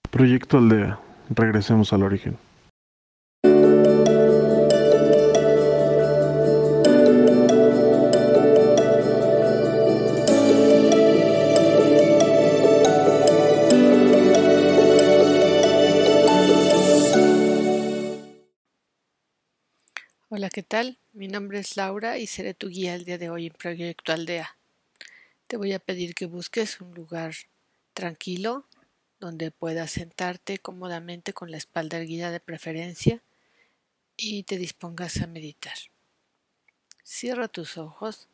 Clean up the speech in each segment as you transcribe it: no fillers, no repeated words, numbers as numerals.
Proyecto Aldea. Regresemos al origen. Hola, ¿qué tal? Mi nombre es Laura y seré tu guía el día de hoy en Proyecto Aldea. Te voy a pedir que busques un lugar tranquilo donde puedas sentarte cómodamente con la espalda erguida de preferencia y te dispongas a meditar. Cierra tus ojos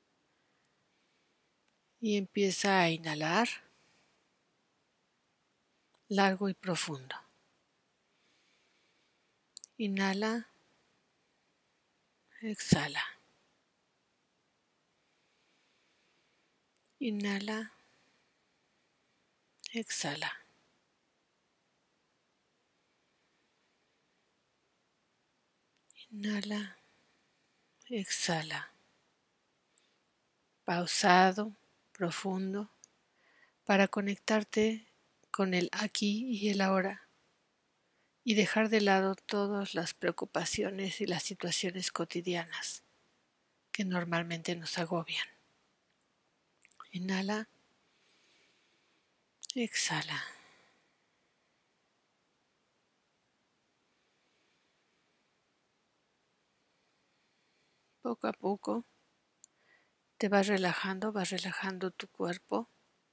y empieza a inhalar largo y profundo. Inhala, exhala. Inhala, exhala. Inhala, exhala. Pausado, profundo, para conectarte con el aquí y el ahora y dejar de lado todas las preocupaciones y las situaciones cotidianas que normalmente nos agobian. Inhala, exhala. Poco a poco te vas relajando tu cuerpo.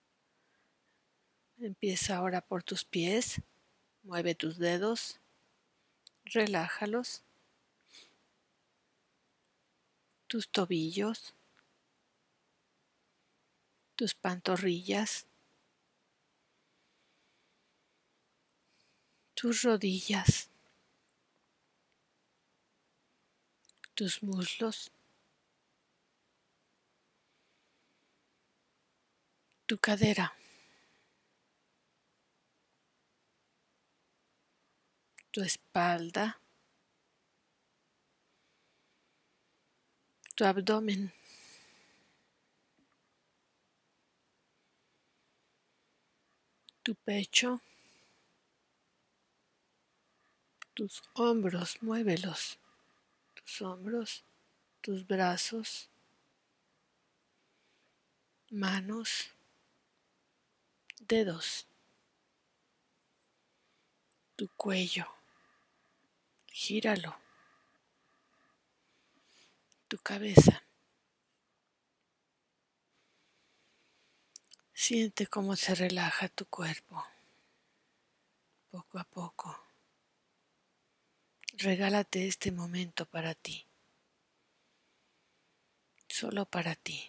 Empieza ahora por tus pies, mueve tus dedos, relájalos, tus tobillos, tus pantorrillas, tus rodillas, tus muslos, tu cadera, tu espalda, tu abdomen, tu pecho, tus hombros, muévelos, tus hombros, tus brazos, manos, dedos, tu cuello, gíralo, tu cabeza. Siente cómo se relaja tu cuerpo, poco a poco. Regálate este momento para ti, solo para ti.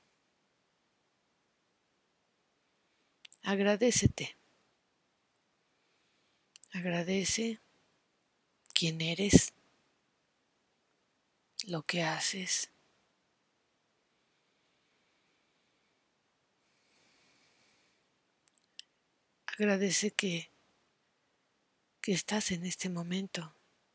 Agradécete. Agradece quién eres, lo que haces. Agradece que estás en este momento.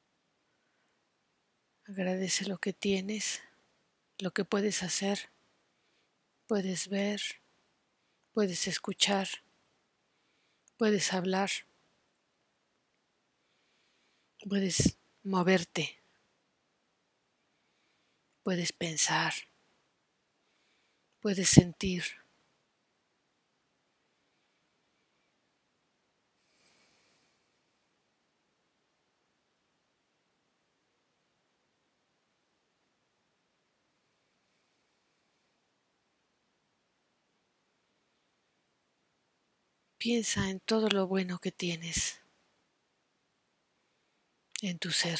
Agradece lo que tienes, lo que puedes hacer, puedes ver, puedes escuchar, puedes hablar, puedes moverte, puedes pensar, puedes sentir. Piensa en todo lo bueno que tienes en tu ser.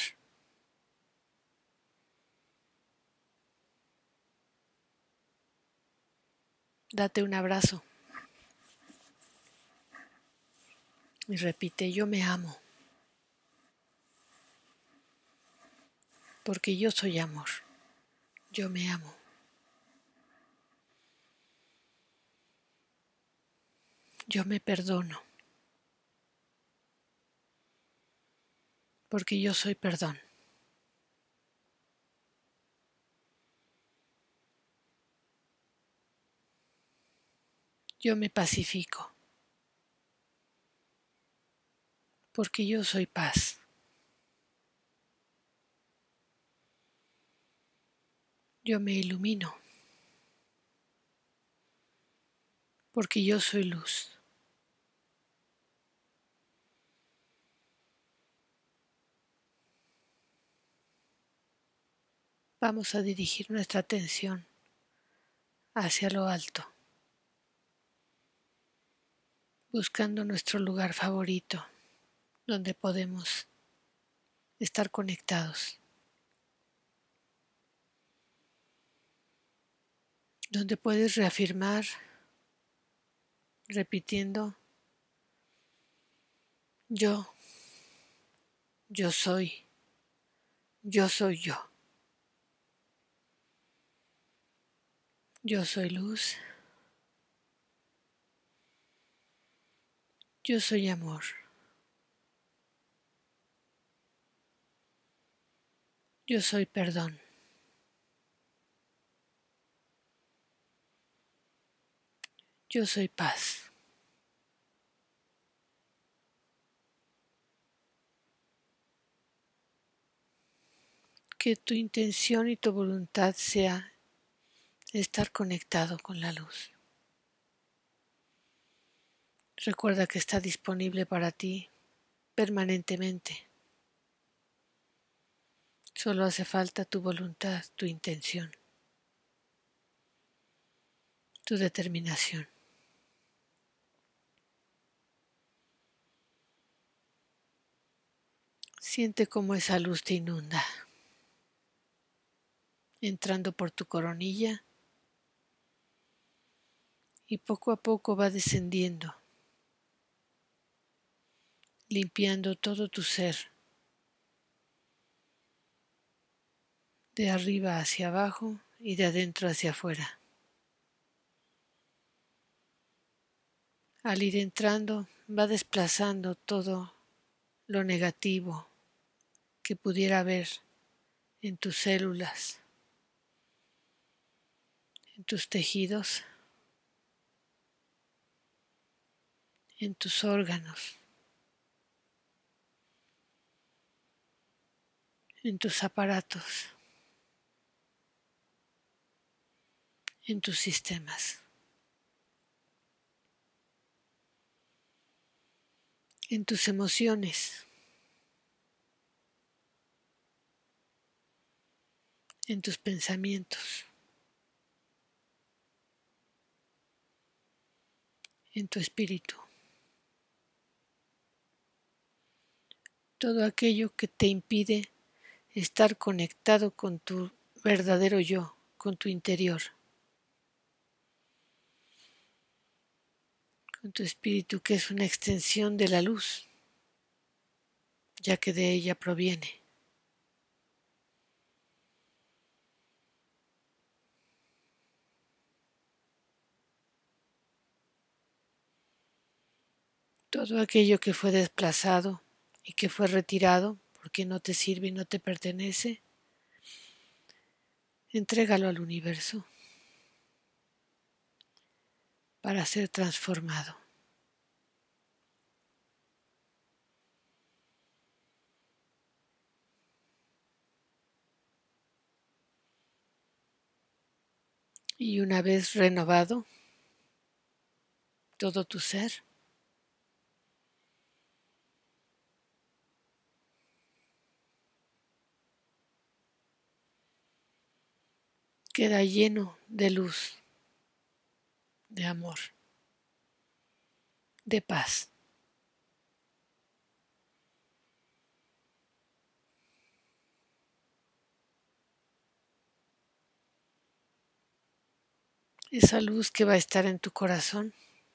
Date un abrazo y repite: yo me amo, porque yo soy amor. Yo me amo. Yo me perdono, porque yo soy perdón. Yo me pacifico, porque yo soy paz. Yo me ilumino, porque yo soy luz. Vamos a dirigir nuestra atención hacia lo alto, buscando nuestro lugar favorito, donde podemos estar conectados, donde puedes reafirmar, repitiendo, yo, yo soy, yo soy yo. Yo soy luz, yo soy amor, yo soy perdón, yo soy paz. Que tu intención y tu voluntad sea estar conectado con la luz. Recuerda que está disponible para ti permanentemente. Solo hace falta tu voluntad, tu intención, tu determinación. Siente cómo esa luz te inunda, entrando por tu coronilla y poco a poco va descendiendo, limpiando todo tu ser, de arriba hacia abajo y de adentro hacia afuera. Al ir entrando, va desplazando todo lo negativo que pudiera haber en tus células, en tus tejidos, en tus órganos, en tus aparatos, en tus sistemas, en tus emociones, en tus pensamientos, en tu espíritu. Todo aquello que te impide estar conectado con tu verdadero yo, con tu interior, con tu espíritu, que es una extensión de la luz, ya que de ella proviene. Todo aquello que fue desplazado y que fue retirado porque no te sirve y no te pertenece, entrégalo al universo para ser transformado. Y una vez renovado todo tu ser, queda lleno de luz, de amor, de paz. Esa luz que va a estar en tu corazón,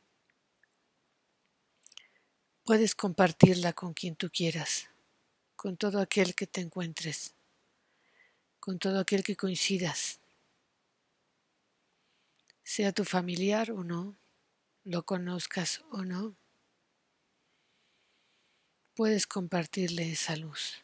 puedes compartirla con quien tú quieras, con todo aquel que te encuentres, con todo aquel que coincidas, sea tu familiar o no, lo conozcas o no, puedes compartirle esa luz.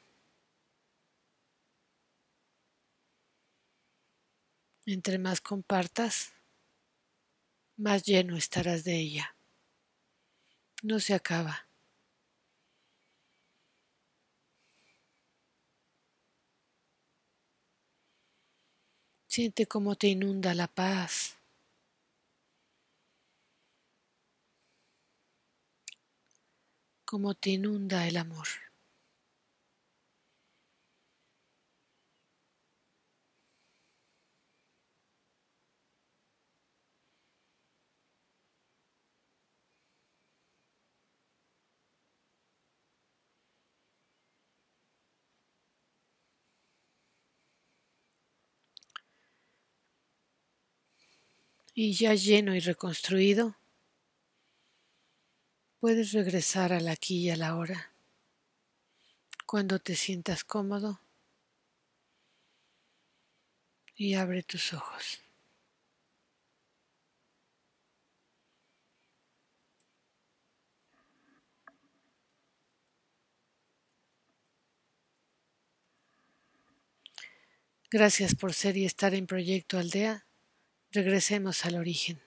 Entre más compartas, más lleno estarás de ella. No se acaba. Siente cómo te inunda la paz, cómo te inunda el amor. Y ya lleno y reconstruido, puedes regresar al aquí y a la hora. Cuando te sientas cómodo y abre tus ojos. Gracias por ser y estar en Proyecto Aldea. Regresemos al origen.